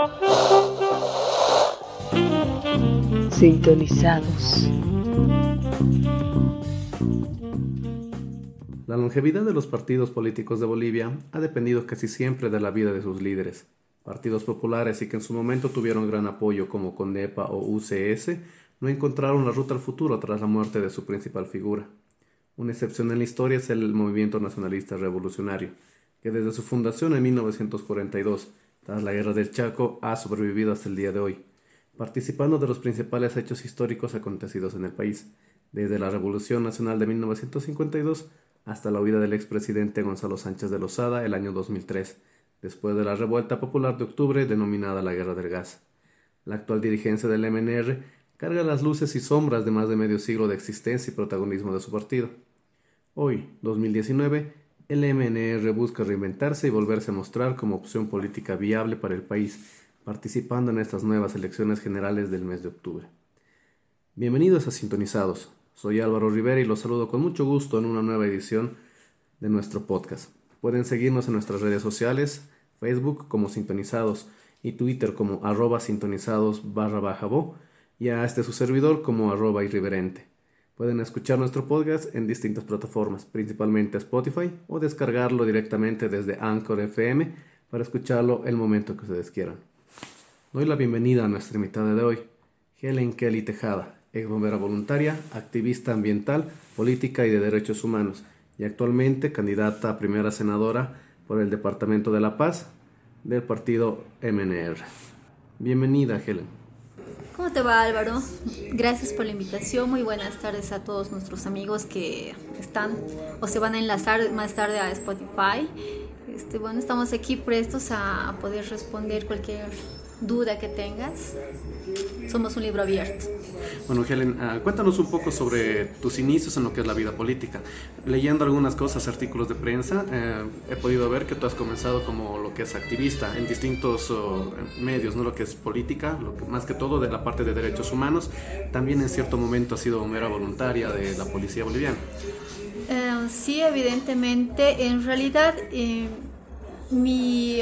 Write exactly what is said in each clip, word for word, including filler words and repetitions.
Sintonizados. La longevidad de los partidos políticos de Bolivia ha dependido casi siempre de la vida de sus líderes. Partidos populares y que en su momento tuvieron gran apoyo como CONDEPA o U C S no encontraron la ruta al futuro tras la muerte de su principal figura. Una excepción en la historia es el Movimiento Nacionalista Revolucionario, que desde su fundación en mil novecientos cuarenta y dos, tras la Guerra del Chaco, ha sobrevivido hasta el día de hoy, participando de los principales hechos históricos acontecidos en el país, desde la Revolución Nacional de mil novecientos cincuenta y dos hasta la huida del expresidente Gonzalo Sánchez de Lozada el año dos mil tres, después de la revuelta popular de octubre denominada la Guerra del Gas. La actual dirigencia del M N R carga las luces y sombras de más de medio siglo de existencia y protagonismo de su partido. Hoy, dos mil diecinueve, el M N R busca reinventarse y volverse a mostrar como opción política viable para el país, participando en estas nuevas elecciones generales del mes de octubre. Bienvenidos a Sintonizados. Soy Álvaro Rivera y los saludo con mucho gusto en una nueva edición de nuestro podcast. Pueden seguirnos en nuestras redes sociales, Facebook como Sintonizados y Twitter como arroba sintonizados barra baja bo y a este su servidor como arroba irreverente. Pueden escuchar nuestro podcast en distintas plataformas, principalmente Spotify, o descargarlo directamente desde Anchor F M para escucharlo el momento que ustedes quieran. Doy la bienvenida a nuestra invitada de hoy, Helen Kelly Tejada, ex bombera voluntaria, activista ambiental, política y de derechos humanos, y actualmente candidata a primera senadora por el Departamento de La Paz del partido M N R. Bienvenida, Helen. ¿Cómo te va, Álvaro? Gracias por la invitación. Muy buenas tardes a todos nuestros amigos que están o se van a enlazar más tarde a Spotify. Este, bueno, estamos aquí prestos a poder responder cualquier duda que tengas. Somos un libro abierto. Bueno, Helen, uh, cuéntanos un poco sobre tus inicios en lo que es la vida política. Leyendo algunas cosas, artículos de prensa, eh, he podido ver que tú has comenzado como lo que es activista en distintos uh, medios, ¿no? Lo que es política, lo que, más que todo de la parte de derechos humanos. También en cierto momento has sido bombera voluntaria de la policía boliviana. Eh, sí, evidentemente. En realidad, eh, mi...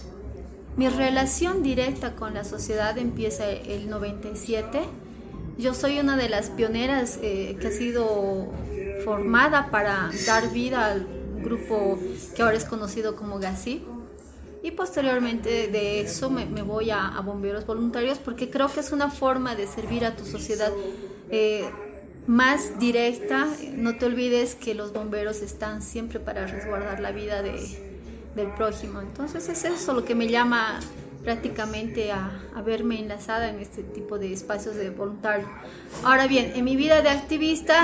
Mi relación directa con la sociedad empieza el noventa y siete. Yo soy una de las pioneras eh, que ha sido formada para dar vida al grupo que ahora es conocido como GACIP. Y posteriormente de eso me, me voy a, a bomberos voluntarios porque creo que es una forma de servir a tu sociedad eh, más directa. No te olvides que los bomberos están siempre para resguardar la vida de del prójimo. Entonces es eso lo que me llama prácticamente a, a verme enlazada en este tipo de espacios de voluntario. Ahora bien, en mi vida de activista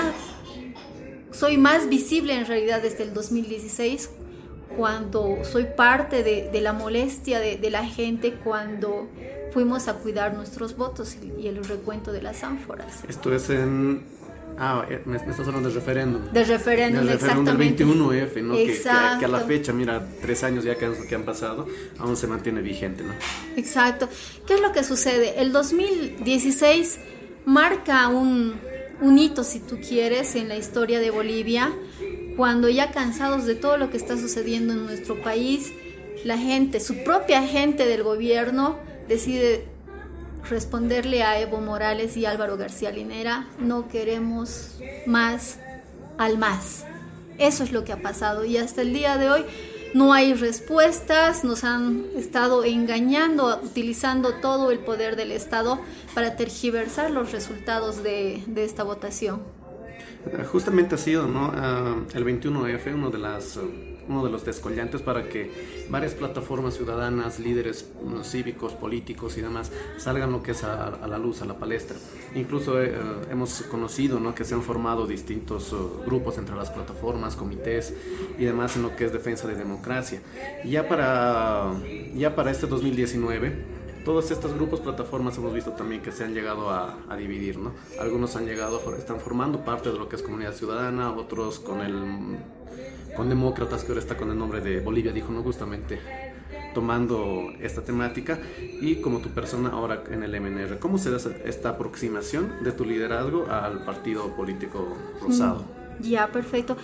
soy más visible en realidad desde el dos mil dieciséis, cuando soy parte de, de la molestia de, de la gente cuando fuimos a cuidar nuestros votos y, y el recuento de las ánforas. Esto es en... Ah, me, me estás hablando del referéndum. Del referéndum, del referéndum del veintiuno efe, ¿no? Que, que, que a la fecha, mira, tres años ya que han, que han pasado, aún se mantiene vigente, ¿no? Exacto. ¿Qué es lo que sucede? El dos mil dieciséis marca un, un hito, si tú quieres, en la historia de Bolivia, cuando ya cansados de todo lo que está sucediendo en nuestro país, la gente, su propia gente del gobierno, decide responderle a Evo Morales y Álvaro García Linera: no queremos más al más. Eso es lo que ha pasado y hasta el día de hoy no hay respuestas. Nos han estado engañando, utilizando todo el poder del Estado para tergiversar los resultados de, de esta votación. Justamente ha sido, ¿no? Uh, el veintiuno efe uno de las... Uh... uno de los descollantes para que varias plataformas ciudadanas, líderes cívicos, políticos y demás salgan lo que es a, a la luz, a la palestra. Incluso eh, hemos conocido, ¿no?, que se han formado distintos uh, grupos entre las plataformas, comités y demás en lo que es defensa de democracia. Y ya para, ya para este dos mil diecinueve, todos estos grupos, plataformas, hemos visto también que se han llegado a, a dividir, ¿no? Algunos han llegado, están formando parte de lo que es comunidad ciudadana, otros con el... con demócratas, que ahora está con el nombre de Bolivia Dijo No, justamente tomando esta temática, y como tu persona ahora en el M N R. ¿Cómo se da esta aproximación de tu liderazgo al partido político rosado? Ya, perfecto.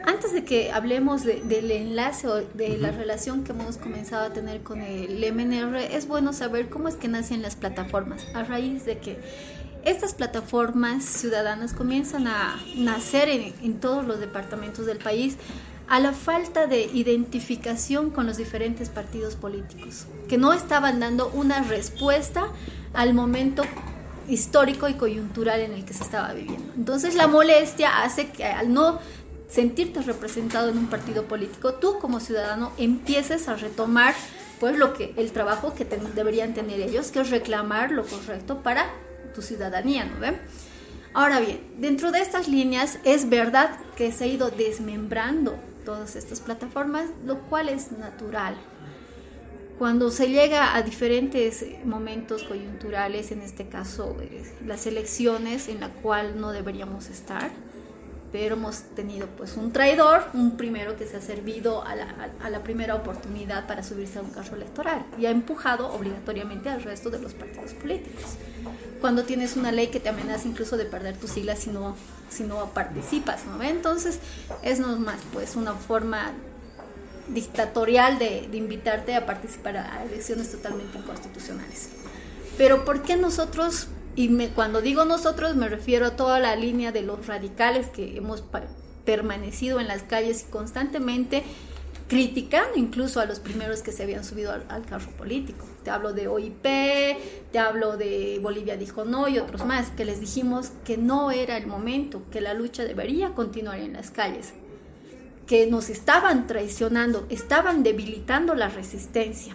Antes de que hablemos de, del enlace o de la relación que hemos comenzado a tener con el M N R, es bueno saber cómo es que nacen las plataformas, a raíz de que estas plataformas ciudadanas comienzan a nacer en, en todos los departamentos del país a la falta de identificación con los diferentes partidos políticos, que no estaban dando una respuesta al momento histórico y coyuntural en el que se estaba viviendo. Entonces la molestia hace que al no sentirte representado en un partido político, tú como ciudadano empieces a retomar pues lo que el trabajo que te, deberían tener ellos, que es reclamar lo correcto para tu ciudadanía, ¿no ven? Ahora bien, dentro de estas líneas es verdad que se ha ido desmembrando todas estas plataformas, lo cual es natural. Cuando se llega a diferentes momentos coyunturales, en este caso eh, las elecciones en la cual no deberíamos estar, pero hemos tenido pues un traidor, un primero que se ha servido a la, a, a la primera oportunidad para subirse a un carro electoral y ha empujado obligatoriamente al resto de los partidos políticos. Cuando tienes una ley que te amenaza incluso de perder tus siglas si no, si no participas, ¿no? Entonces es nomás pues una forma dictatorial de, de invitarte a participar a elecciones totalmente inconstitucionales. Pero ¿por qué nosotros? Y me, cuando digo nosotros me refiero a toda la línea de los radicales que hemos pa- permanecido en las calles y constantemente criticando incluso a los primeros que se habían subido al, al carro político. Te hablo de O I P, te hablo de Bolivia dijo no y otros más, que les dijimos que no era el momento, que la lucha debería continuar en las calles, que nos estaban traicionando, estaban debilitando la resistencia.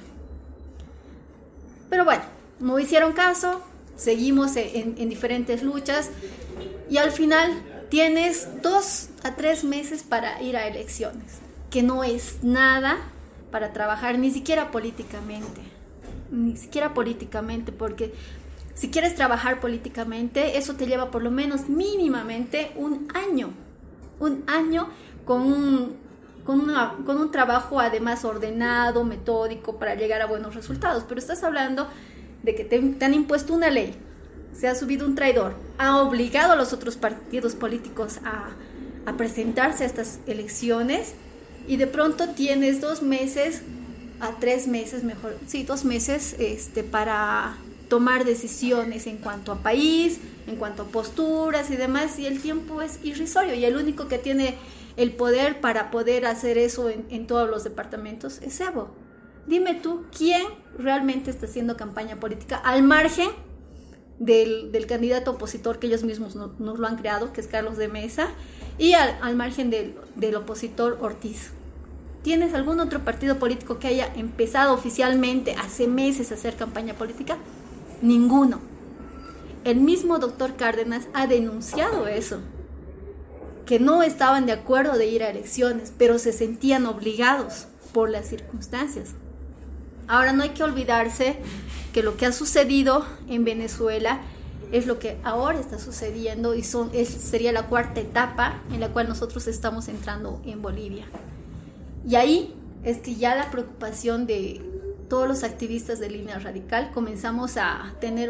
Pero bueno, no hicieron caso. Seguimos en, en diferentes luchas y al final tienes dos a tres meses para ir a elecciones, que no es nada para trabajar, ni siquiera políticamente, ni siquiera políticamente, porque si quieres trabajar políticamente, eso te lleva por lo menos mínimamente un año, un año con un, con una, con un trabajo además ordenado, metódico, para llegar a buenos resultados, pero estás hablando de que te, te han impuesto una ley, se ha subido un traidor, ha obligado a los otros partidos políticos a, a presentarse a estas elecciones y de pronto tienes dos meses a tres meses, mejor, sí, dos meses este, para tomar decisiones en cuanto a país, en cuanto a posturas y demás, y el tiempo es irrisorio y el único que tiene el poder para poder hacer eso en, en todos los departamentos es Evo. Dime tú, ¿quién realmente está haciendo campaña política al margen del, del candidato opositor que ellos mismos no, nos lo han creado, que es Carlos de Mesa, y al, al margen del, del opositor Ortiz? ¿Tienes algún otro partido político que haya empezado oficialmente hace meses a hacer campaña política? Ninguno. El mismo doctor Cárdenas ha denunciado eso, que no estaban de acuerdo de ir a elecciones, pero se sentían obligados por las circunstancias. Ahora no hay que olvidarse que lo que ha sucedido en Venezuela es lo que ahora está sucediendo y son, es, sería la cuarta etapa en la cual nosotros estamos entrando en Bolivia. Y ahí es que ya la preocupación de todos los activistas de línea radical comenzamos a tener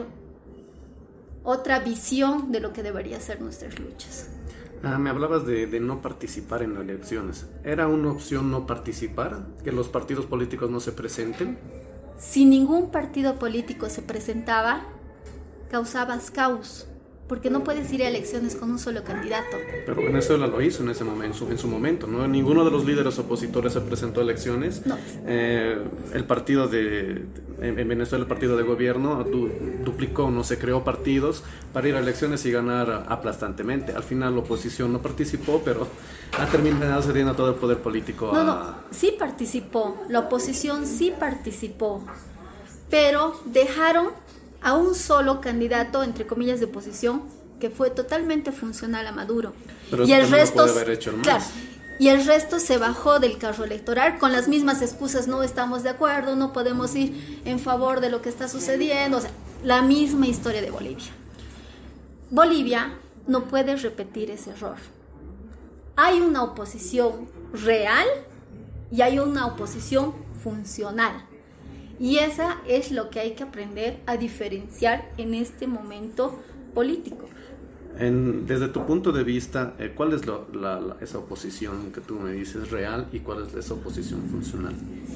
otra visión de lo que debería ser nuestras luchas. Ah, me hablabas de, de no participar en las elecciones. ¿Era una opción no participar? ¿Que los partidos políticos no se presenten? Si ningún partido político se presentaba, causabas caos, porque no puedes ir a elecciones con un solo candidato. Pero Venezuela lo hizo en ese momento, en su momento, ¿no? Ninguno de los líderes opositores se presentó a elecciones. No. Eh, el partido de, en, en Venezuela, el partido de gobierno du, duplicó, no se creó partidos para ir a elecciones y ganar aplastantemente. Al final la oposición no participó, pero ha terminado cediendo todo el poder político No, a... no, sí participó, la oposición sí participó, pero dejaron a un solo candidato, entre comillas, de oposición, que fue totalmente funcional a Maduro. Pero y el resto, no puede haber hecho el más. Claro, y el resto se bajó del carro electoral con las mismas excusas: no estamos de acuerdo, no podemos ir en favor de lo que está sucediendo. O sea, la misma historia de Bolivia. Bolivia no puede repetir ese error. Hay una oposición real y hay una oposición funcional. Y esa es lo que hay que aprender a diferenciar en este momento político. En, desde tu punto de vista, eh, ¿cuál es lo, la, la, esa oposición que tú me dices real y cuál es esa oposición funcional?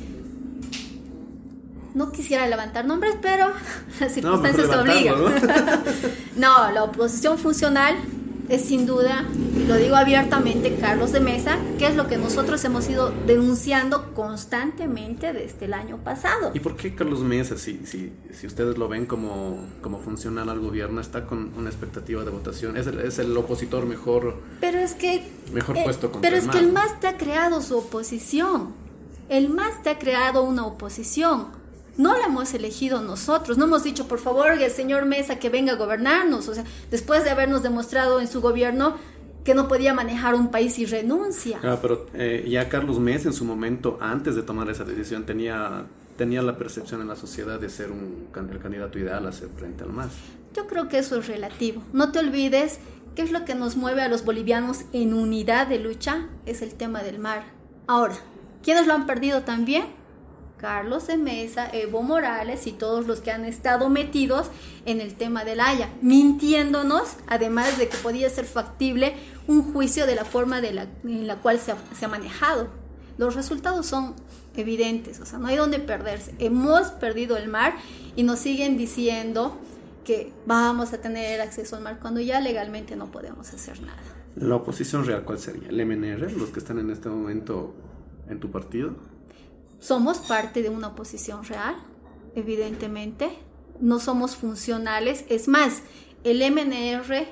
No quisiera levantar nombres, pero las circunstancias no, te obligan. ¿no? No, la oposición funcional es sin duda, y lo digo abiertamente, Carlos de Mesa, que es lo que nosotros hemos ido denunciando constantemente desde el año pasado. ¿Y por qué Carlos Mesa, si, si, si ustedes lo ven como, como funcional al gobierno, está con una expectativa de votación? Es el, es el opositor mejor, pero es que, mejor eh, puesto contra pero el es M A que S? el M A S te ha creado su oposición. El M A S te ha creado una oposición. No la hemos elegido nosotros, no hemos dicho, por favor, el señor Mesa que venga a gobernarnos. O sea, después de habernos demostrado en su gobierno que no podía manejar un país y renuncia. Ah, pero eh, ya Carlos Mesa en su momento, antes de tomar esa decisión, tenía, tenía la percepción en la sociedad de ser un, el candidato ideal a hacer frente al M A S. Yo creo que eso es relativo. No te olvides qué es lo que nos mueve a los bolivianos en unidad de lucha, es el tema del mar. Ahora, ¿quiénes lo han perdido también? Carlos de Mesa, Evo Morales y todos los que han estado metidos en el tema del Haya, mintiéndonos, además de que podía ser factible un juicio de la forma de la, en la cual se ha, se ha manejado. Los resultados son evidentes, o sea, no hay dónde perderse. Hemos perdido el mar y nos siguen diciendo que vamos a tener acceso al mar cuando ya legalmente no podemos hacer nada. ¿La oposición real cuál sería? ¿El M N R, los que están en este momento en tu partido? Somos parte de una oposición real, evidentemente. No somos funcionales. Es más, el M N R,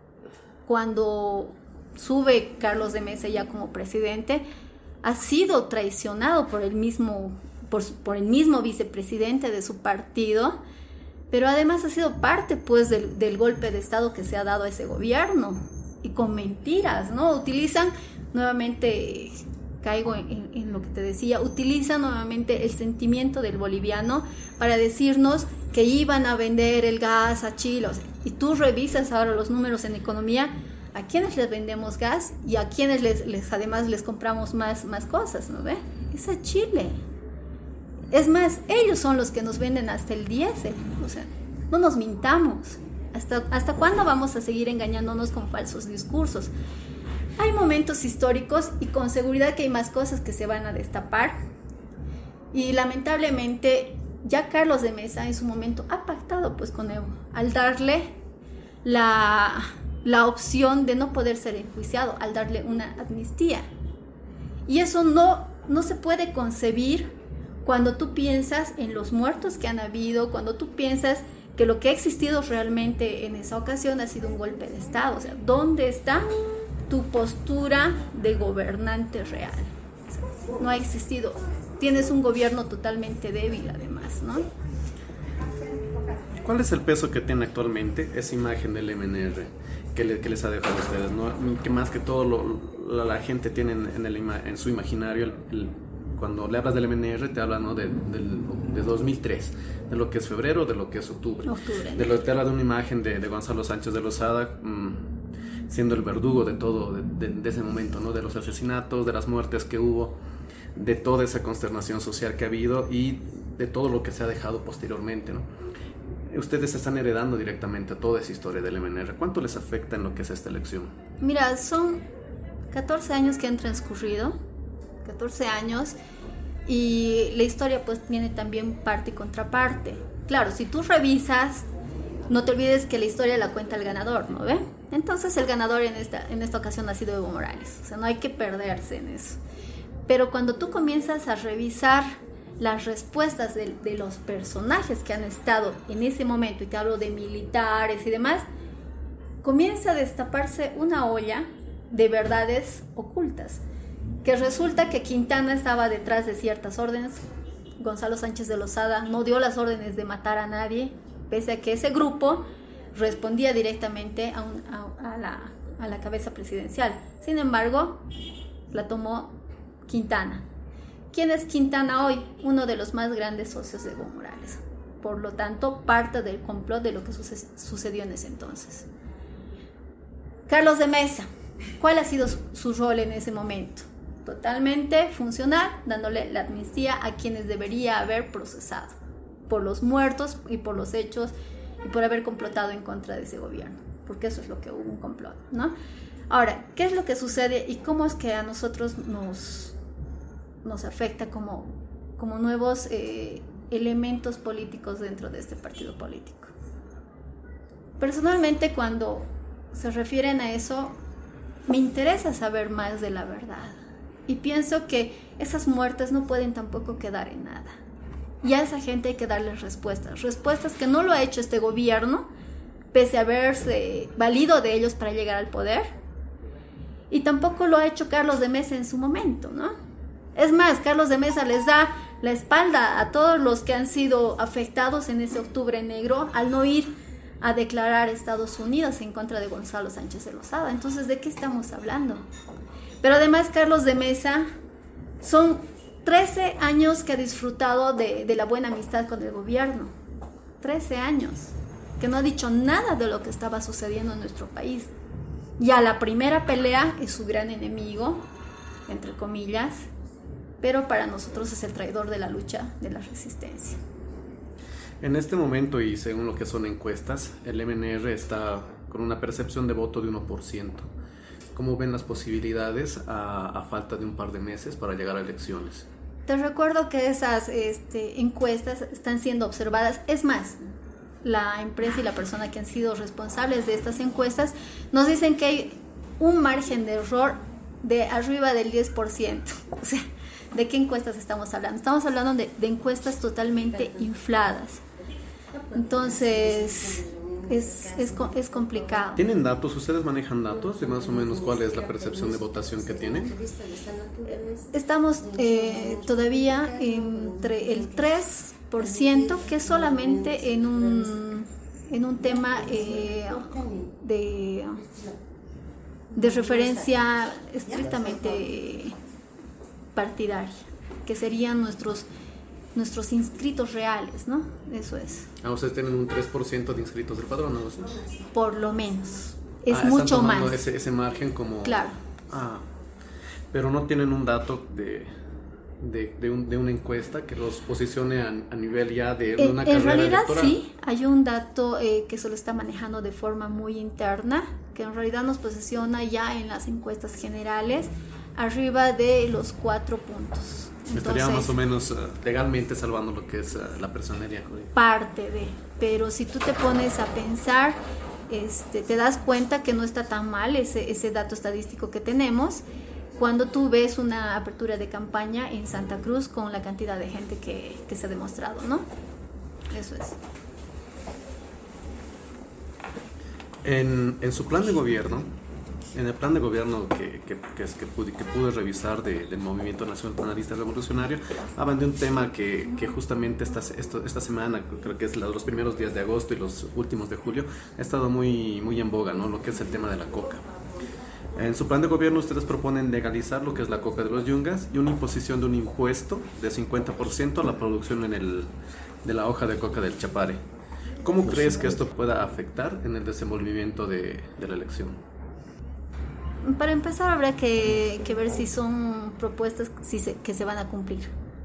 cuando sube Carlos de Mesa ya como presidente, ha sido traicionado por el mismo, por, por el mismo vicepresidente de su partido, pero además ha sido parte pues del, del golpe de Estado que se ha dado a ese gobierno. Y con mentiras, ¿no? Utilizan nuevamente... caigo en, en, en lo que te decía, utiliza nuevamente el sentimiento del boliviano para decirnos que iban a vender el gas a Chile. O sea, y tú revisas ahora los números en economía, a quienes les vendemos gas y a quienes les, les además les compramos más, más cosas, ¿no ve? Es a Chile. Es más, ellos son los que nos venden hasta el diésel. O sea, no nos mintamos. ¿Hasta, hasta cuándo vamos a seguir engañándonos con falsos discursos? Hay momentos históricos y con seguridad que hay más cosas que se van a destapar. Y lamentablemente ya Carlos de Mesa en su momento ha pactado pues con Evo al darle la, la opción de no poder ser enjuiciado, al darle una amnistía. Y eso no, no se puede concebir cuando tú piensas en los muertos que han habido, cuando tú piensas que lo que ha existido realmente en esa ocasión ha sido un golpe de Estado. O sea, ¿dónde está tu postura de gobernante real? No ha existido. Tienes un gobierno totalmente débil además, ¿no? ¿Cuál es el peso que tiene actualmente esa imagen del M N R que, le, que les ha dejado a ustedes, ¿no? Que más que todo lo, la, la gente tiene en, en, el, en su imaginario, el, el, cuando le hablas del M N R te habla, ¿no? de, del, de dos mil tres, de lo que es febrero, de lo que es octubre, octubre de lo que te habla de una imagen de, de Gonzalo Sánchez de Lozada, mmm, siendo el verdugo de todo, de, de, de ese momento, ¿no? De los asesinatos, de las muertes que hubo, de toda esa consternación social que ha habido y de todo lo que se ha dejado posteriormente, ¿no? Ustedes están heredando directamente toda esa historia del M N R. ¿Cuánto les afecta en lo que es esta elección? Mira, son catorce años que han transcurrido, catorce años, y la historia pues tiene también parte y contraparte. Claro, si tú revisas, no te olvides que la historia la cuenta el ganador, ¿no ve? Entonces el ganador en esta, en esta ocasión ha sido Evo Morales, o sea, no hay que perderse en eso. Pero cuando tú comienzas a revisar las respuestas de, de los personajes que han estado en ese momento, y te hablo de militares y demás, comienza a destaparse una olla de verdades ocultas, que resulta que Quintana estaba detrás de ciertas órdenes. Gonzalo Sánchez de Lozada no dio las órdenes de matar a nadie, pese a que ese grupo respondía directamente a, un, a, a, la, a la cabeza presidencial. Sin embargo, la tomó Quintana. ¿Quién es Quintana hoy? Uno de los más grandes socios de Evo Morales. Por lo tanto, parte del complot de lo que sucedió en ese entonces. Carlos de Mesa, ¿cuál ha sido su, su rol en ese momento? Totalmente funcional, dándole la amnistía a quienes debería haber procesado por los muertos y por los hechos y por haber complotado en contra de ese gobierno. porque eso es lo que hubo, un complot, ¿no? Ahora, ¿qué es lo que sucede y cómo es que a nosotros nos, nos afecta como, como nuevos eh, elementos políticos dentro de este partido político? Personalmente, cuando se refieren a eso, me interesa saber más de la verdad y pienso que esas muertes no pueden tampoco quedar en nada. Y a esa gente hay que darles respuestas, respuestas que no lo ha hecho este gobierno, pese a haberse valido de ellos para llegar al poder, y tampoco lo ha hecho Carlos de Mesa en su momento, ¿no? Es más, Carlos de Mesa les da la espalda a todos los que han sido afectados en ese octubre negro al no ir a declarar Estados Unidos en contra de Gonzalo Sánchez de Lozada. Entonces, ¿de qué estamos hablando? Pero además, Carlos de Mesa son trece años que ha disfrutado de, de la buena amistad con el gobierno. trece años que no ha dicho nada de lo que estaba sucediendo en nuestro país. Ya la primera pelea es su gran enemigo, entre comillas, pero para nosotros es el traidor de la lucha de la resistencia. En este momento, y según lo que son encuestas, el M N R está con una percepción de voto de uno por ciento. ¿Cómo ven las posibilidades a, a falta de un par de meses para llegar a elecciones? Te recuerdo que esas este, encuestas están siendo observadas. Es más, la empresa y la persona que han sido responsables de estas encuestas nos dicen que hay un margen de error de arriba del diez por ciento. O sea, ¿de qué encuestas estamos hablando? Estamos hablando de, de encuestas totalmente infladas. Entonces, es, es, es complicado. ¿Tienen datos? ¿Ustedes manejan datos de más o menos cuál es la percepción de votación que tienen? Estamos eh, todavía entre el tres por ciento, que es solamente en un, en un tema eh, de, de referencia estrictamente partidaria, que serían nuestros nuestros inscritos reales, ¿no? Eso es. Ah, ustedes tienen un tres por ciento de inscritos del padrón, ¿no? Por lo menos. Es ah, mucho más. Ese, ese margen como... Claro. Ah, pero no tienen un dato de, de, de, un, de una encuesta que los posicione a, a nivel ya de en, una carrera En realidad electoral. Sí, hay un dato eh, que se lo está manejando de forma muy interna, que en realidad nos posiciona ya en las encuestas generales arriba de los cuatro puntos. Estaría más o menos uh, legalmente salvando lo que es uh, la personería jurídica. Parte de, pero si tú te pones a pensar, este, te das cuenta que no está tan mal ese, ese dato estadístico que tenemos cuando tú ves una apertura de campaña en Santa Cruz con la cantidad de gente que, que se ha demostrado, ¿no? Eso es. En, en su plan de gobierno, en el plan de gobierno que, que, que, es, que, pude, que pude revisar de, del Movimiento Nacionalista Revolucionario, hablan de un tema que, que justamente esta, esto, esta semana, creo que es los primeros días de agosto y los últimos de julio, ha estado muy, muy en boga, ¿no? Lo que es el tema de la coca. En su plan de gobierno ustedes proponen legalizar lo que es la coca de los yungas y una imposición de un impuesto de cincuenta por ciento a la producción en el, de la hoja de coca del Chapare. ¿Cómo crees que esto pueda afectar en el desenvolvimiento de, de la elección? Para empezar, habrá que, que ver si son propuestas si se, que se van a cumplir.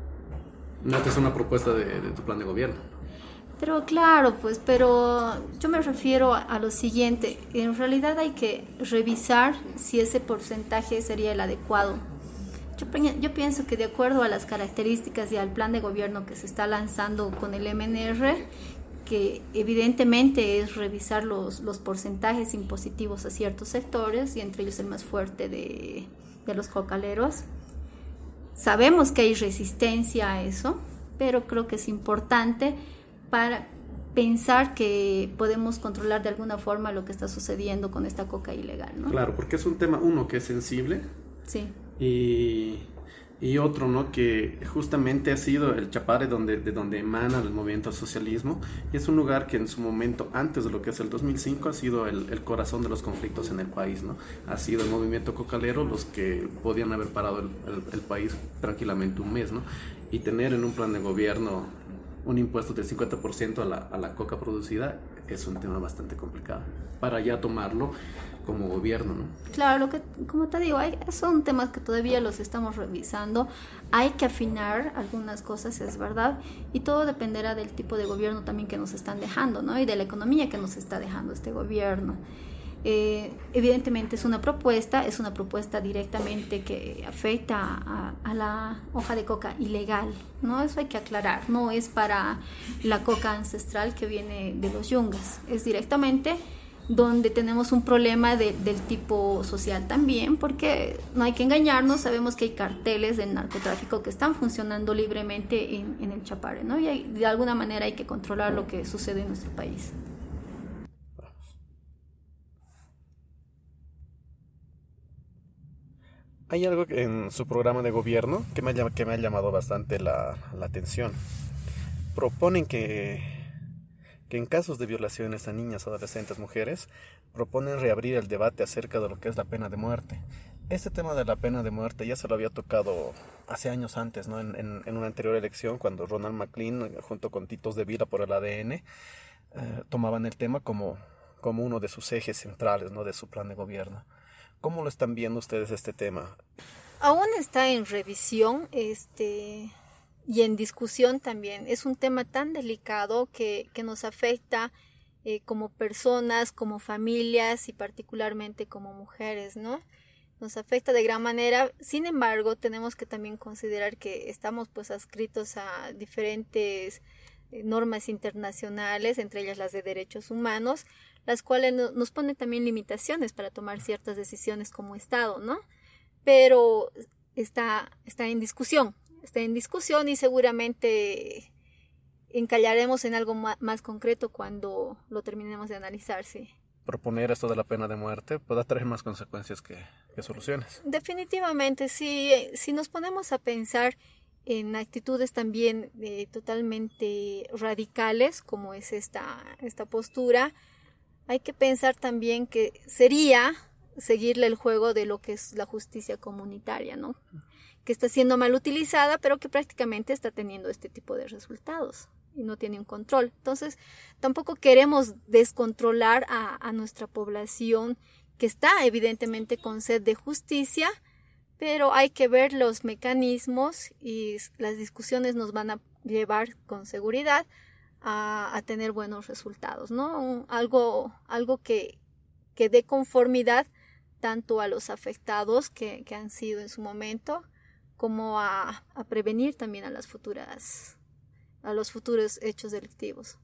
No, esta es una propuesta de, de tu plan de gobierno. Pero claro, pues, pero yo me refiero a, a lo siguiente. En realidad hay que revisar si ese porcentaje sería el adecuado. Yo, yo pienso que de acuerdo a las características y al plan de gobierno que se está lanzando con el M N R, que evidentemente es revisar los, los porcentajes impositivos a ciertos sectores, y entre ellos el más fuerte de, de los cocaleros. Sabemos que hay resistencia a eso, pero creo que es importante para pensar que podemos controlar de alguna forma lo que está sucediendo con esta coca ilegal, ¿no? Claro, porque es un tema, uno, que es sensible. Sí. Y... Y otro, ¿no? Que justamente ha sido el Chapare donde, de donde emana el movimiento al socialismo, y es un lugar que en su momento, antes de lo que es el dos mil cinco, ha sido el, el corazón de los conflictos en el país, ¿no? Ha sido el movimiento cocalero los que podían haber parado el, el, el país tranquilamente un mes, ¿no? Y tener en un plan de gobierno un impuesto del cincuenta por ciento a la, a la coca producida es un tema bastante complicado para ya tomarlo como gobierno, ¿no? Claro, lo que, como te digo, hay, son temas que todavía los estamos revisando. Hay que afinar algunas cosas, es verdad, y todo dependerá del tipo de gobierno también que nos están dejando, ¿no? Y de la economía que nos está dejando este gobierno. Eh, evidentemente es una propuesta, es una propuesta directamente que afecta a, a la hoja de coca ilegal, ¿no? Eso hay que aclarar, no es para la coca ancestral que viene de los yungas, es directamente donde tenemos un problema de, del tipo social también, porque no hay que engañarnos, sabemos que hay carteles del narcotráfico que están funcionando libremente en, en el Chapare, ¿no? Y hay, de alguna manera hay que controlar lo que sucede en nuestro país. Hay algo en su programa de gobierno que me ha, que me ha llamado bastante la, la atención. Proponen que, que en casos de violaciones a niñas, adolescentes, mujeres, proponen reabrir el debate acerca de lo que es la pena de muerte. Este tema de la pena de muerte ya se lo había tocado hace años antes, ¿no? En, en, en una anterior elección, cuando Ronald McLean, junto con Titos de Vila por el A D N, eh, tomaban el tema como, como uno de sus ejes centrales, ¿no? De su plan de gobierno. ¿Cómo lo están viendo ustedes este tema? Aún está en revisión este, y en discusión también. Es un tema tan delicado que, que nos afecta eh, como personas, como familias y particularmente como mujeres, ¿no? Nos afecta de gran manera. Sin embargo, tenemos que también considerar que estamos pues adscritos a diferentes eh, normas internacionales, entre ellas las de derechos humanos, las cuales nos ponen también limitaciones para tomar ciertas decisiones como Estado, ¿no? Pero está, está en discusión, está en discusión y seguramente encallaremos en algo más, más concreto cuando lo terminemos de analizar, sí. Proponer esto de la pena de muerte puede traer más consecuencias que, que soluciones. Definitivamente, sí. Si nos ponemos a pensar en actitudes también eh, totalmente radicales, como es esta, esta postura, hay que pensar también que sería seguirle el juego de lo que es la justicia comunitaria, ¿no? Que está siendo mal utilizada, pero que prácticamente está teniendo este tipo de resultados y no tiene un control. Entonces, tampoco queremos descontrolar a, a nuestra población que está evidentemente con sed de justicia, pero hay que ver los mecanismos y las discusiones nos van a llevar con seguridad A, a tener buenos resultados, ¿no? Un, algo algo que, que dé conformidad tanto a los afectados que, que han sido en su momento, como a, a prevenir también a las futuras, a los futuros hechos delictivos.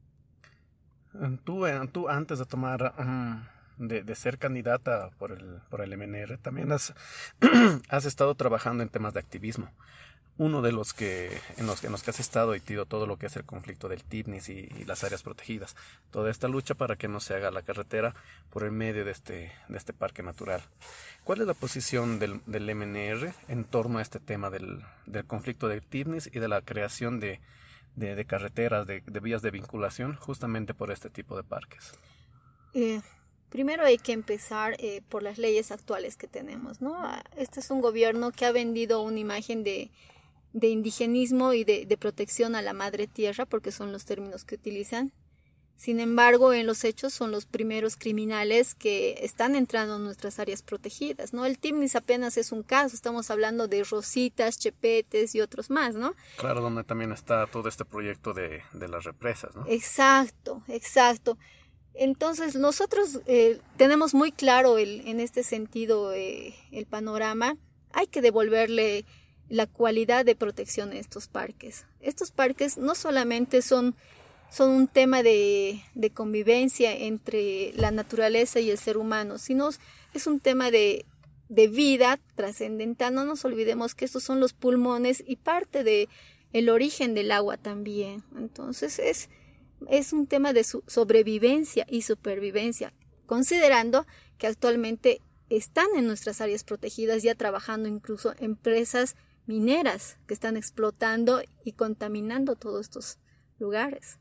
Tú, tú antes de tomar um, de, de ser candidata por el, por el M N R, también has, has estado trabajando en temas de activismo. Uno de los que en los, en los que has estado y tido todo lo que es el conflicto del TIPNIS y, y las áreas protegidas, toda esta lucha para que no se haga la carretera por el medio de este, de este parque natural. ¿Cuál es la posición del, del M N R en torno a este tema del, del conflicto del TIPNIS y de la creación de, de, de carreteras, de, de vías de vinculación justamente por este tipo de parques? Eh, primero hay que empezar eh, por las leyes actuales que tenemos, ¿no? Este es un gobierno que ha vendido una imagen de de indigenismo y de, de protección a la madre tierra, porque son los términos que utilizan. Sin embargo, en los hechos son los primeros criminales que están entrando en nuestras áreas protegidas, ¿no? El TIPNIS apenas es un caso, estamos hablando de Rositas, Chepetes y otros más, ¿no? Claro, donde también está todo este proyecto de, de las represas, ¿no? Exacto, exacto. Entonces, nosotros eh, tenemos muy claro el, en este sentido eh, el panorama. Hay que devolverle la cualidad de protección a estos parques. Estos parques no solamente son, son un tema de, de convivencia entre la naturaleza y el ser humano, sino es un tema de, de vida trascendental. No nos olvidemos que estos son los pulmones y parte de el origen del agua también. Entonces es, es un tema de su sobrevivencia y supervivencia, considerando que actualmente están en nuestras áreas protegidas ya trabajando incluso empresas mineras que están explotando y contaminando todos estos lugares.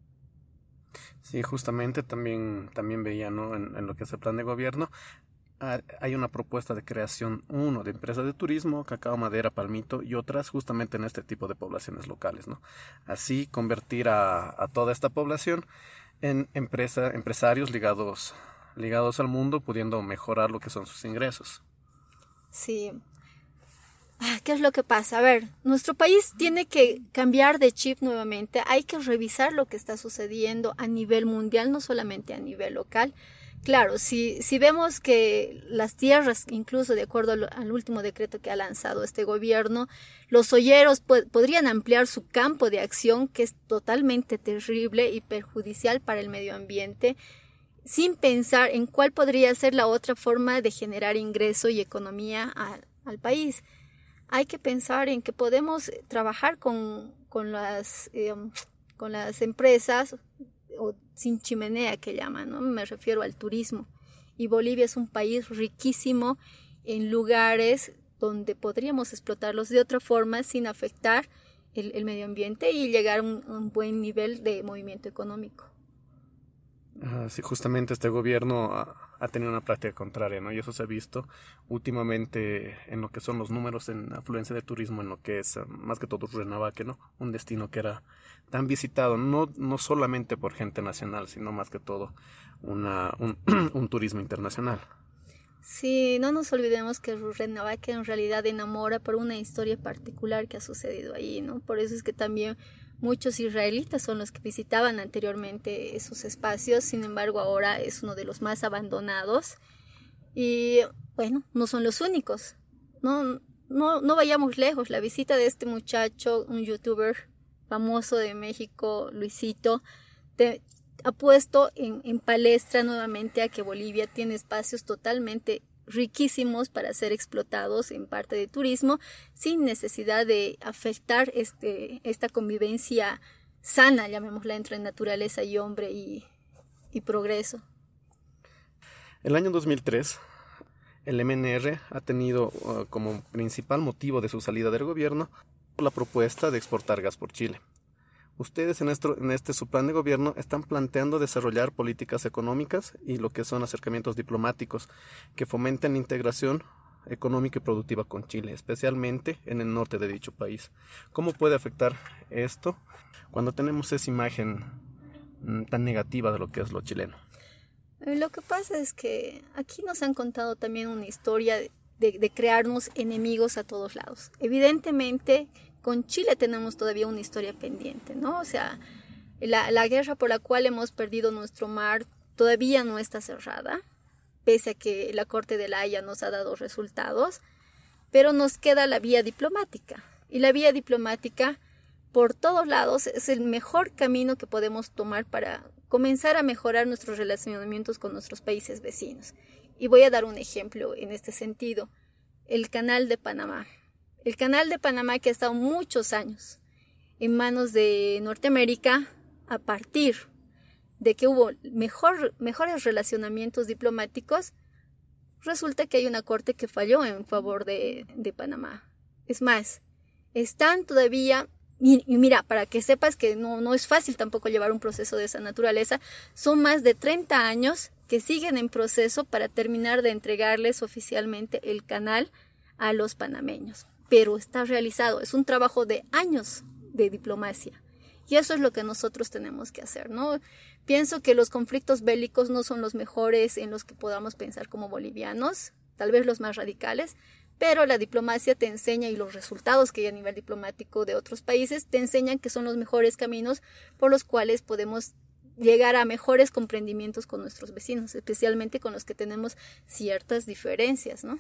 Sí, justamente también, también veía, ¿no? en, en lo que es el plan de gobierno, ah, hay una propuesta de creación, uno, de empresas de turismo, cacao, madera, palmito, y otras justamente en este tipo de poblaciones locales, ¿no? Así convertir a, a toda esta población en empresa, empresarios ligados, ligados al mundo, pudiendo mejorar lo que son sus ingresos. Sí. ¿Qué es lo que pasa? A ver, nuestro país tiene que cambiar de chip nuevamente. Hay que revisar lo que está sucediendo a nivel mundial, no solamente a nivel local. Claro, si, si vemos que las tierras, incluso de acuerdo al, al último decreto que ha lanzado este gobierno, los olleros po- podrían ampliar su campo de acción, que es totalmente terrible y perjudicial para el medio ambiente, sin pensar en cuál podría ser la otra forma de generar ingreso y economía al, al país. Hay que pensar en que podemos trabajar con, con, las, eh, con las empresas o sin chimenea que llaman, ¿no? Me refiero al turismo. Y Bolivia es un país riquísimo en lugares donde podríamos explotarlos de otra forma sin afectar el, el medio ambiente y llegar a un, un buen nivel de movimiento económico. Ah, sí, justamente este gobierno ha, ha tenido una práctica contraria, ¿no? Y eso se ha visto últimamente en lo que son los números en afluencia de turismo, en lo que es uh, más que todo Rurrenabaque, ¿no? Un destino que era tan visitado, no, no solamente por gente nacional, sino más que todo una, un, un turismo internacional. Sí, no nos olvidemos que Rurrenabaque en realidad enamora por una historia particular que ha sucedido ahí, ¿no? Por eso es que también muchos israelitas son los que visitaban anteriormente esos espacios, sin embargo ahora es uno de los más abandonados y bueno, no son los únicos. No, no, no vayamos lejos, la visita de este muchacho, un youtuber famoso de México, Luisito, te, ha puesto en, en palestra nuevamente a que Bolivia tiene espacios totalmente riquísimos para ser explotados en parte de turismo sin necesidad de afectar este, esta convivencia sana, llamémosla, entre naturaleza y hombre y, y progreso. El año dos mil tres, el M N R ha tenido uh, como principal motivo de su salida del gobierno la propuesta de exportar gas por Chile. Ustedes en, esto, en este su plan de gobierno están planteando desarrollar políticas económicas y lo que son acercamientos diplomáticos que fomenten la integración económica y productiva con Chile, especialmente en el norte de dicho país. ¿Cómo puede afectar esto cuando tenemos esa imagen mm, tan negativa de lo que es lo chileno? Lo que pasa es que aquí nos han contado también una historia de, de, de crearnos enemigos a todos lados. Evidentemente, con Chile tenemos todavía una historia pendiente, ¿no? O sea, la, la guerra por la cual hemos perdido nuestro mar todavía no está cerrada, pese a que la Corte de la Haya nos ha dado resultados, pero nos queda la vía diplomática. Y la vía diplomática, por todos lados, es el mejor camino que podemos tomar para comenzar a mejorar nuestros relacionamientos con nuestros países vecinos. Y voy a dar un ejemplo en este sentido. El Canal de Panamá. El Canal de Panamá, que ha estado muchos años en manos de Norteamérica, a partir de que hubo mejor, mejores relacionamientos diplomáticos, resulta que hay una corte que falló en favor de, de Panamá. Es más, están todavía, y, y mira, para que sepas que no, no es fácil tampoco llevar un proceso de esa naturaleza, son más de treinta años que siguen en proceso para terminar de entregarles oficialmente el canal a los panameños. Pero está realizado, es un trabajo de años de diplomacia. Y eso es lo que nosotros tenemos que hacer, ¿no? Pienso que los conflictos bélicos no son los mejores en los que podamos pensar como bolivianos, tal vez los más radicales, pero la diplomacia te enseña, y los resultados que hay a nivel diplomático de otros países te enseñan que son los mejores caminos por los cuales podemos llegar a mejores comprendimientos con nuestros vecinos, especialmente con los que tenemos ciertas diferencias, ¿no?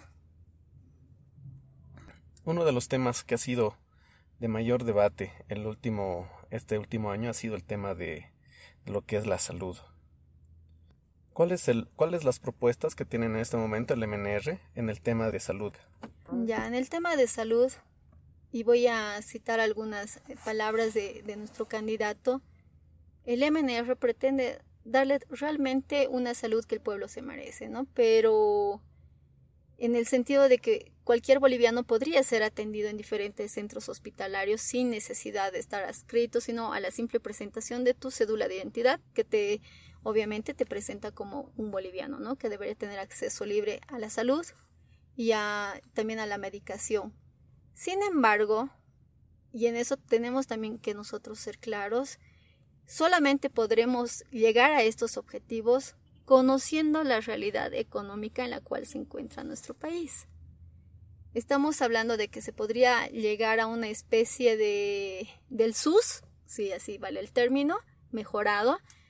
Uno de los temas que ha sido de mayor debate el último, este último año ha sido el tema de lo que es la salud. ¿Cuáles el, cuáles las propuestas que tienen en este momento el M N R en el tema de salud? Ya, en el tema de salud, y voy a citar algunas palabras de, de nuestro candidato, el M N R pretende darle realmente una salud que el pueblo se merece, ¿no? Pero en el sentido de que cualquier boliviano podría ser atendido en diferentes centros hospitalarios sin necesidad de estar adscrito, sino a la simple presentación de tu cédula de identidad, que te obviamente te presenta como un boliviano, ¿no? Que debería tener acceso libre a la salud y a, también a la medicación. Sin embargo, y en eso tenemos también que nosotros ser claros, solamente podremos llegar a estos objetivos conociendo la realidad económica en la cual se encuentra nuestro país. Estamos hablando de que se podría llegar a una especie de del S U S, si así vale el término, mejorado,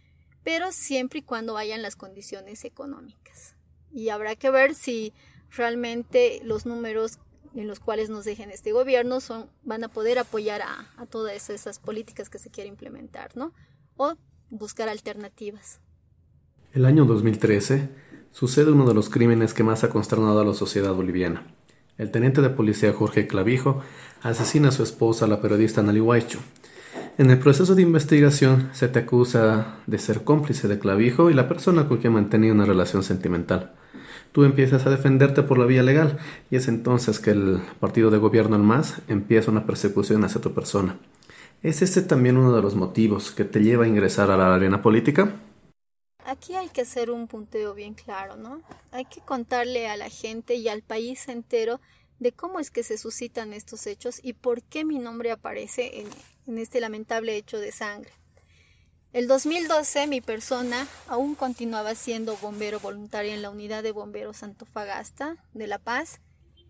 pero siempre y cuando hayan las condiciones económicas. Y habrá que ver si realmente los números en los cuales nos dejen este gobierno son, van a poder apoyar a, a todas esas políticas que se quieren implementar, ¿no? O buscar alternativas. El año dos mil trece sucede uno de los crímenes que más ha consternado a la sociedad boliviana. El teniente de policía Jorge Clavijo asesina a su esposa, la periodista Nali Huaycho. En el proceso de investigación se te acusa de ser cómplice de Clavijo y la persona con quien mantenía una relación sentimental. Tú empiezas a defenderte por la vía legal y es entonces que el partido de gobierno, el M A S, empieza una persecución hacia tu persona. ¿Es este también uno de los motivos que te lleva a ingresar a la arena política? Aquí hay que hacer un punteo bien claro, ¿no? Hay que contarle a la gente y al país entero de cómo es que se suscitan estos hechos y por qué mi nombre aparece en, en este lamentable hecho de sangre. El dos mil doce mi persona aún continuaba siendo bombero voluntaria en la unidad de bomberos Antofagasta de La Paz,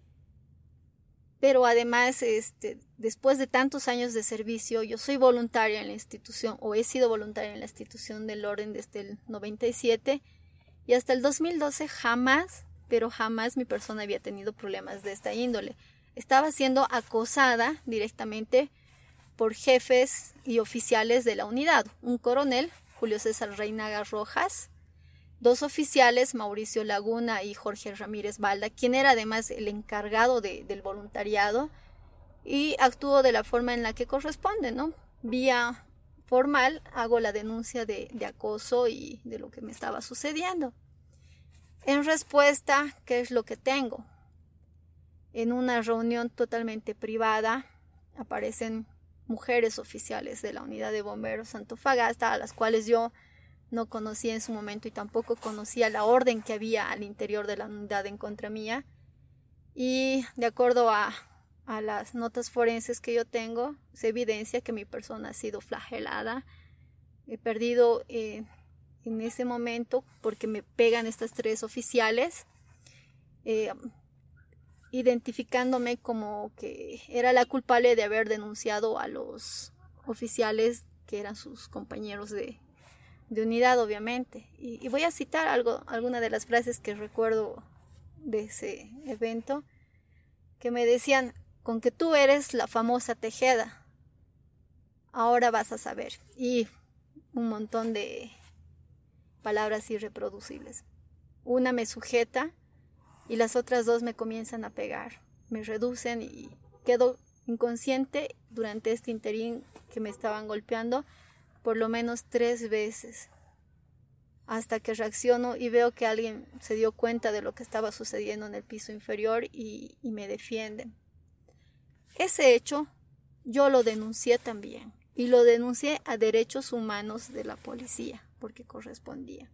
pero además este, después de tantos años de servicio yo soy voluntaria en la institución o he sido voluntaria en la institución del orden desde el noventa y siete y hasta el dos mil doce jamás, pero jamás mi persona había tenido problemas de esta índole. Estaba siendo acosada directamente por jefes y oficiales de la unidad, un coronel, Julio César Reinaga Rojas, dos oficiales, Mauricio Laguna y Jorge Ramírez Balda, quien era además el encargado de, del voluntariado, y actúo de la forma en la que corresponde, ¿no? Vía formal hago la denuncia de, de acoso y de lo que me estaba sucediendo. En respuesta, ¿qué es lo que tengo? En una reunión totalmente privada aparecen mujeres oficiales de la unidad de bomberos Antofagasta, a las cuales yo no conocía en su momento y tampoco conocía la orden que había al interior de la unidad en contra mía. Y de acuerdo a, a las notas forenses que yo tengo, se evidencia que mi persona ha sido flagelada. He perdido eh, en ese momento, porque me pegan estas tres oficiales, eh, identificándome como que era la culpable de haber denunciado a los oficiales que eran sus compañeros de, de unidad, obviamente. Y, y voy a citar algo, alguna de las frases que recuerdo de ese evento, que me decían: con que tú eres la famosa Tejeda, ahora vas a saber. Y un montón de palabras irreproducibles. Una me sujeta y las otras dos me comienzan a pegar, me reducen y quedo inconsciente durante este interín que me estaban golpeando por lo menos tres veces, hasta que reacciono y veo que alguien se dio cuenta de lo que estaba sucediendo en el piso inferior y, y me defienden. Ese hecho yo lo denuncié también y lo denuncié a Derechos Humanos de la policía porque correspondía.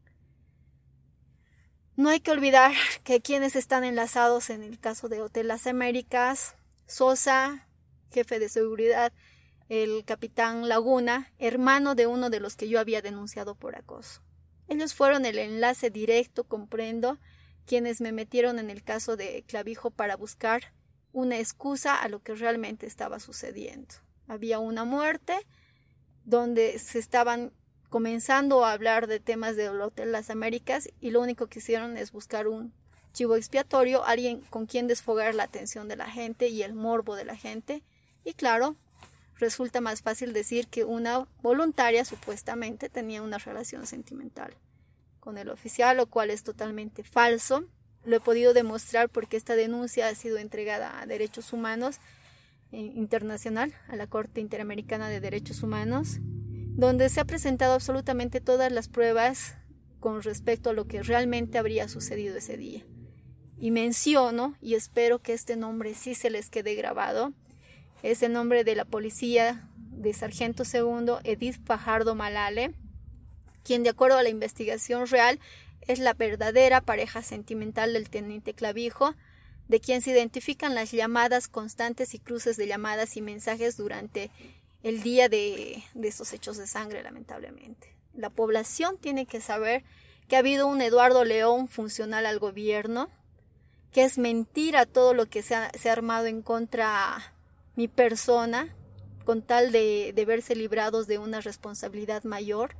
No hay que olvidar que quienes están enlazados en el caso de Hotel Las Américas, Sosa, jefe de seguridad, el capitán Laguna, hermano de uno de los que yo había denunciado por acoso. Ellos fueron el enlace directo, comprendo, quienes me metieron en el caso de Clavijo para buscar una excusa a lo que realmente estaba sucediendo. Había una muerte donde se estaban comenzando a hablar de temas del Hotel Las Américas y lo único que hicieron es buscar un chivo expiatorio, alguien con quien desfogar la atención de la gente y el morbo de la gente. Y claro, resulta más fácil decir que una voluntaria supuestamente tenía una relación sentimental con el oficial, lo cual es totalmente falso. Lo he podido demostrar porque esta denuncia ha sido entregada a Derechos Humanos eh, Internacional, a la Corte Interamericana de Derechos Humanos, donde se ha presentado absolutamente todas las pruebas con respecto a lo que realmente habría sucedido ese día. Y menciono, y espero que este nombre sí se les quede grabado, es el nombre de la policía de Sargento Segundo Edith Fajardo Malale, quien de acuerdo a la investigación real es la verdadera pareja sentimental del teniente Clavijo, de quien se identifican las llamadas constantes y cruces de llamadas y mensajes durante el día de, de estos hechos de sangre, lamentablemente. La población tiene que saber que ha habido un Eduardo León funcional al gobierno, que es mentira todo lo que se ha, se ha armado en contra mi persona, con tal de, de verse librados de una responsabilidad mayor,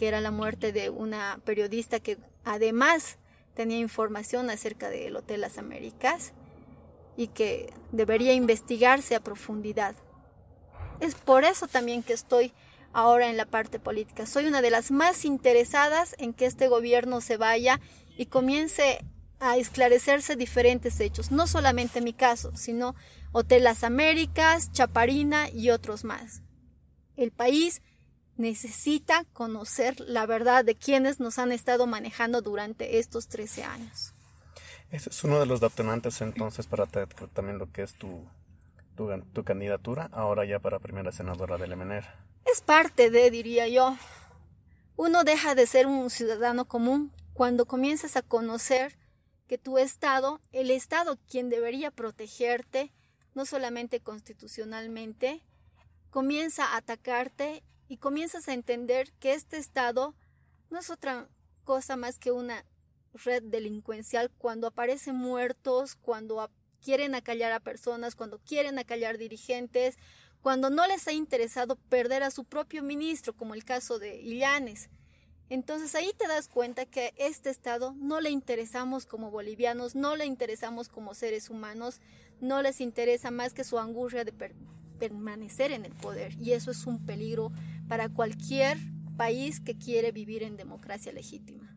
que era la muerte de una periodista que además tenía información acerca del Hotel Las Américas y que debería investigarse a profundidad. Es por eso también que estoy ahora en la parte política. Soy una de las más interesadas en que este gobierno se vaya y comience a esclarecerse diferentes hechos, no solamente mi caso, sino Hotel Las Américas, Chaparina y otros más. El país necesita conocer la verdad de quienes nos han estado manejando durante estos trece años. Ese es uno de los detonantes entonces para también lo que es tu, tu, tu candidatura, ahora ya para primera senadora del M N R. Es parte de, diría yo. Uno deja de ser un ciudadano común cuando comienzas a conocer que tu Estado, el Estado quien debería protegerte, no solamente constitucionalmente, comienza a atacarte y comienzas a entender que este Estado no es otra cosa más que una red delincuencial cuando aparecen muertos, cuando a- quieren acallar a personas, cuando quieren acallar dirigentes, cuando no les ha interesado perder a su propio ministro, como el caso de Illanes. Entonces ahí te das cuenta que este Estado no le interesamos como bolivianos, no le interesamos como seres humanos, no les interesa más que su angurria de per- permanecer en el poder. Y eso es un peligro para cualquier país que quiere vivir en democracia legítima.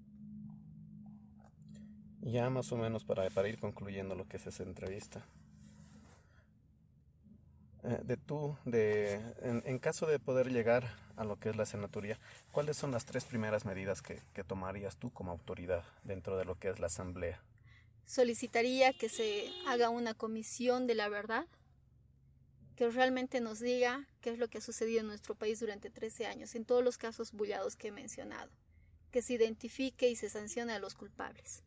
Ya más o menos para, para ir concluyendo lo que es esa entrevista. Eh, de tú, de, en, en caso de poder llegar a lo que es la senaturía, ¿cuáles son las tres primeras medidas que, que tomarías tú como autoridad dentro de lo que es la asamblea? Solicitaría que se haga una comisión de la verdad, que realmente nos diga qué es lo que ha sucedido en nuestro país durante trece años, en todos los casos bullados que he mencionado, que se identifique y se sancione a los culpables.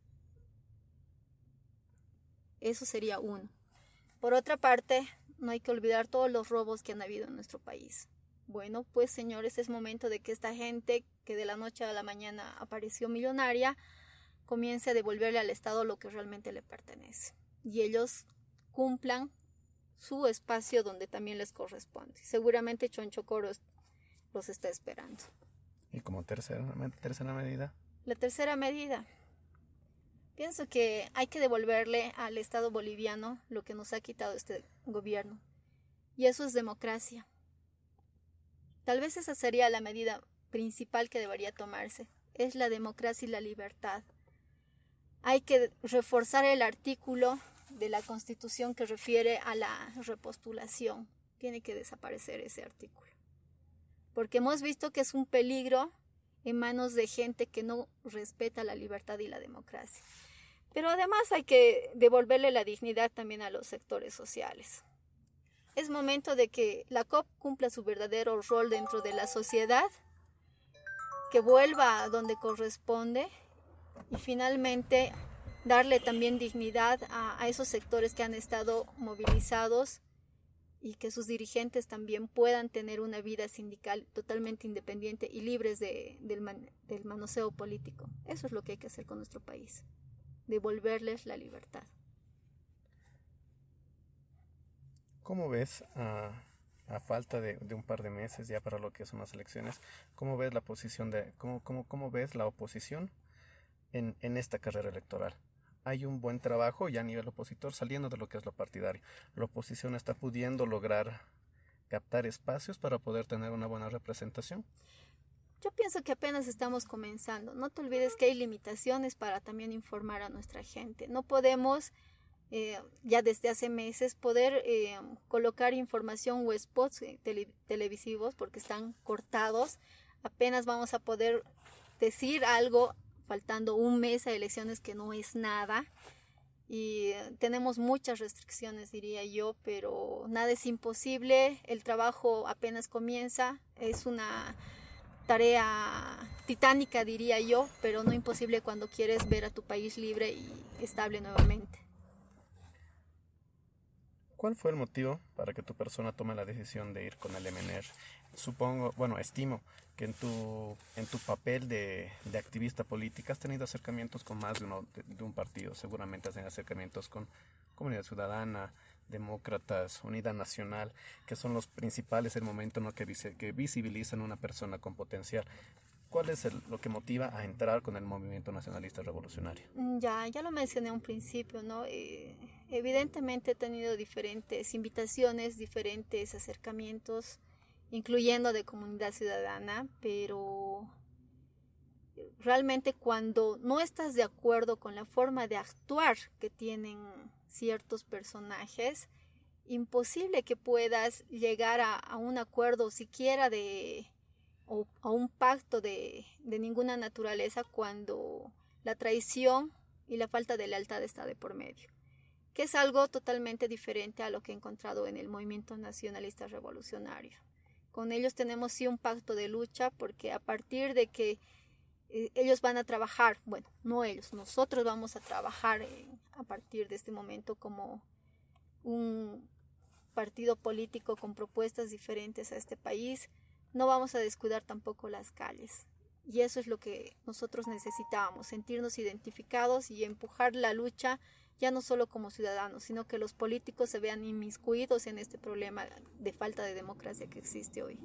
Eso sería uno. Por otra parte, no hay que olvidar todos los robos que han habido en nuestro país. Bueno, pues señores, es momento de que esta gente que de la noche a la mañana apareció millonaria comience a devolverle al Estado lo que realmente le pertenece. Y ellos cumplan su espacio donde también les corresponde. Seguramente Choncho Coro los está esperando. Y como tercera, tercera medida. La tercera medida. Pienso que hay que devolverle al Estado boliviano lo que nos ha quitado este gobierno. Y eso es democracia. Tal vez esa sería la medida principal que debería tomarse. Es la democracia y la libertad. Hay que reforzar el artículo de la Constitución que refiere a la repostulación. Tiene que desaparecer ese artículo. Porque hemos visto que es un peligro en manos de gente que no respeta la libertad y la democracia. Pero además hay que devolverle la dignidad también a los sectores sociales. Es momento de que la C O P cumpla su verdadero rol dentro de la sociedad, que vuelva a donde corresponde y finalmente darle también dignidad a, a esos sectores que han estado movilizados y que sus dirigentes también puedan tener una vida sindical totalmente independiente y libres de, del, man, del manoseo político. Eso es lo que hay que hacer con nuestro país, devolverles la libertad. ¿Cómo ves, a, a falta de, de un par de meses ya para lo que son las elecciones, cómo ves la posición de, cómo, cómo, cómo ves la oposición en, en esta carrera electoral? Hay un buen trabajo ya a nivel opositor saliendo de lo que es lo partidario. La oposición está pudiendo lograr captar espacios para poder tener una buena representación. Yo pienso que apenas estamos comenzando. No te olvides que hay limitaciones para también informar a nuestra gente. No podemos eh, ya desde hace meses poder eh, colocar información o spots tele, televisivos porque están cortados. Apenas vamos a poder decir algo faltando un mes a elecciones, que no es nada. Y tenemos muchas restricciones, diría yo, pero nada es imposible. El trabajo apenas comienza. Es una tarea titánica, diría yo, pero no imposible cuando quieres ver a tu país libre y estable nuevamente. ¿Cuál fue el motivo para que tu persona tome la decisión de ir con el M N R? Supongo, bueno, estimo que en tu en tu papel de, de activista política has tenido acercamientos con más de, uno, de, de un partido. Seguramente has tenido acercamientos con Comunidad Ciudadana, Demócratas, Unidad Nacional, que son los principales en el momento, ¿no?, que, vise, que visibilizan una persona con potencial. ¿cuál es el- lo que motiva a entrar con el movimiento nacionalista revolucionario? Mm, Ya, ya lo mencioné a un principio, ¿no? Eh, evidentemente he tenido diferentes invitaciones, diferentes acercamientos, incluyendo de comunidad ciudadana, pero realmente cuando no estás de acuerdo con la forma de actuar que tienen ciertos personajes, imposible que puedas llegar a, a un acuerdo siquiera de o a un pacto de, de ninguna naturaleza cuando la traición y la falta de lealtad está de por medio, que es algo totalmente diferente a lo que he encontrado en el movimiento nacionalista revolucionario. Con ellos tenemos sí un pacto de lucha porque a partir de que eh, ellos van a trabajar, bueno, no ellos, nosotros vamos a trabajar en- a partir de este momento como un partido político con propuestas diferentes a este país, no vamos a descuidar tampoco las calles. Y eso es lo que nosotros necesitábamos, sentirnos identificados y empujar la lucha ya no solo como ciudadanos, sino que los políticos se vean inmiscuidos en este problema de falta de democracia que existe hoy.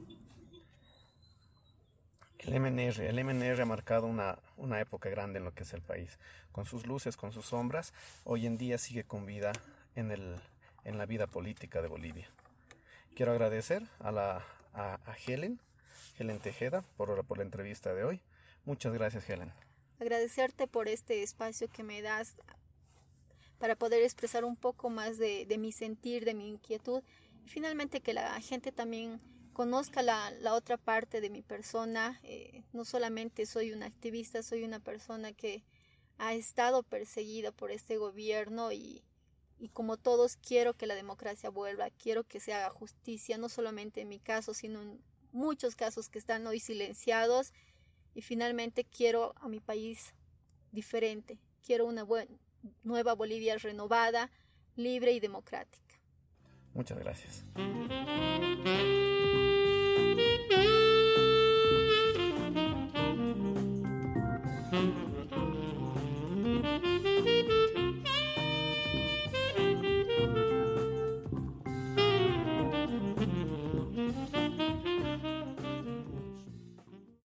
El M N R, el M N R ha marcado una, una época grande en lo que es el país. Con sus luces, con sus sombras, hoy en día sigue con vida en, el, en la vida política de Bolivia. Quiero agradecer a, la, a, a Helen, Helen Tejeda, por, por la entrevista de hoy. Muchas gracias, Helen. Agradecerte por este espacio que me das para poder expresar un poco más de, de mi sentir, de mi inquietud. Y finalmente que la gente también conozca la, la otra parte de mi persona. Eh, no solamente soy una activista, soy una persona que ha estado perseguida por este gobierno y, y como todos quiero que la democracia vuelva, quiero que se haga justicia, no solamente en mi caso, sino en muchos casos que están hoy silenciados. Y finalmente quiero a mi país diferente, quiero una buena, nueva Bolivia renovada, libre y democrática. Muchas gracias. Thank you.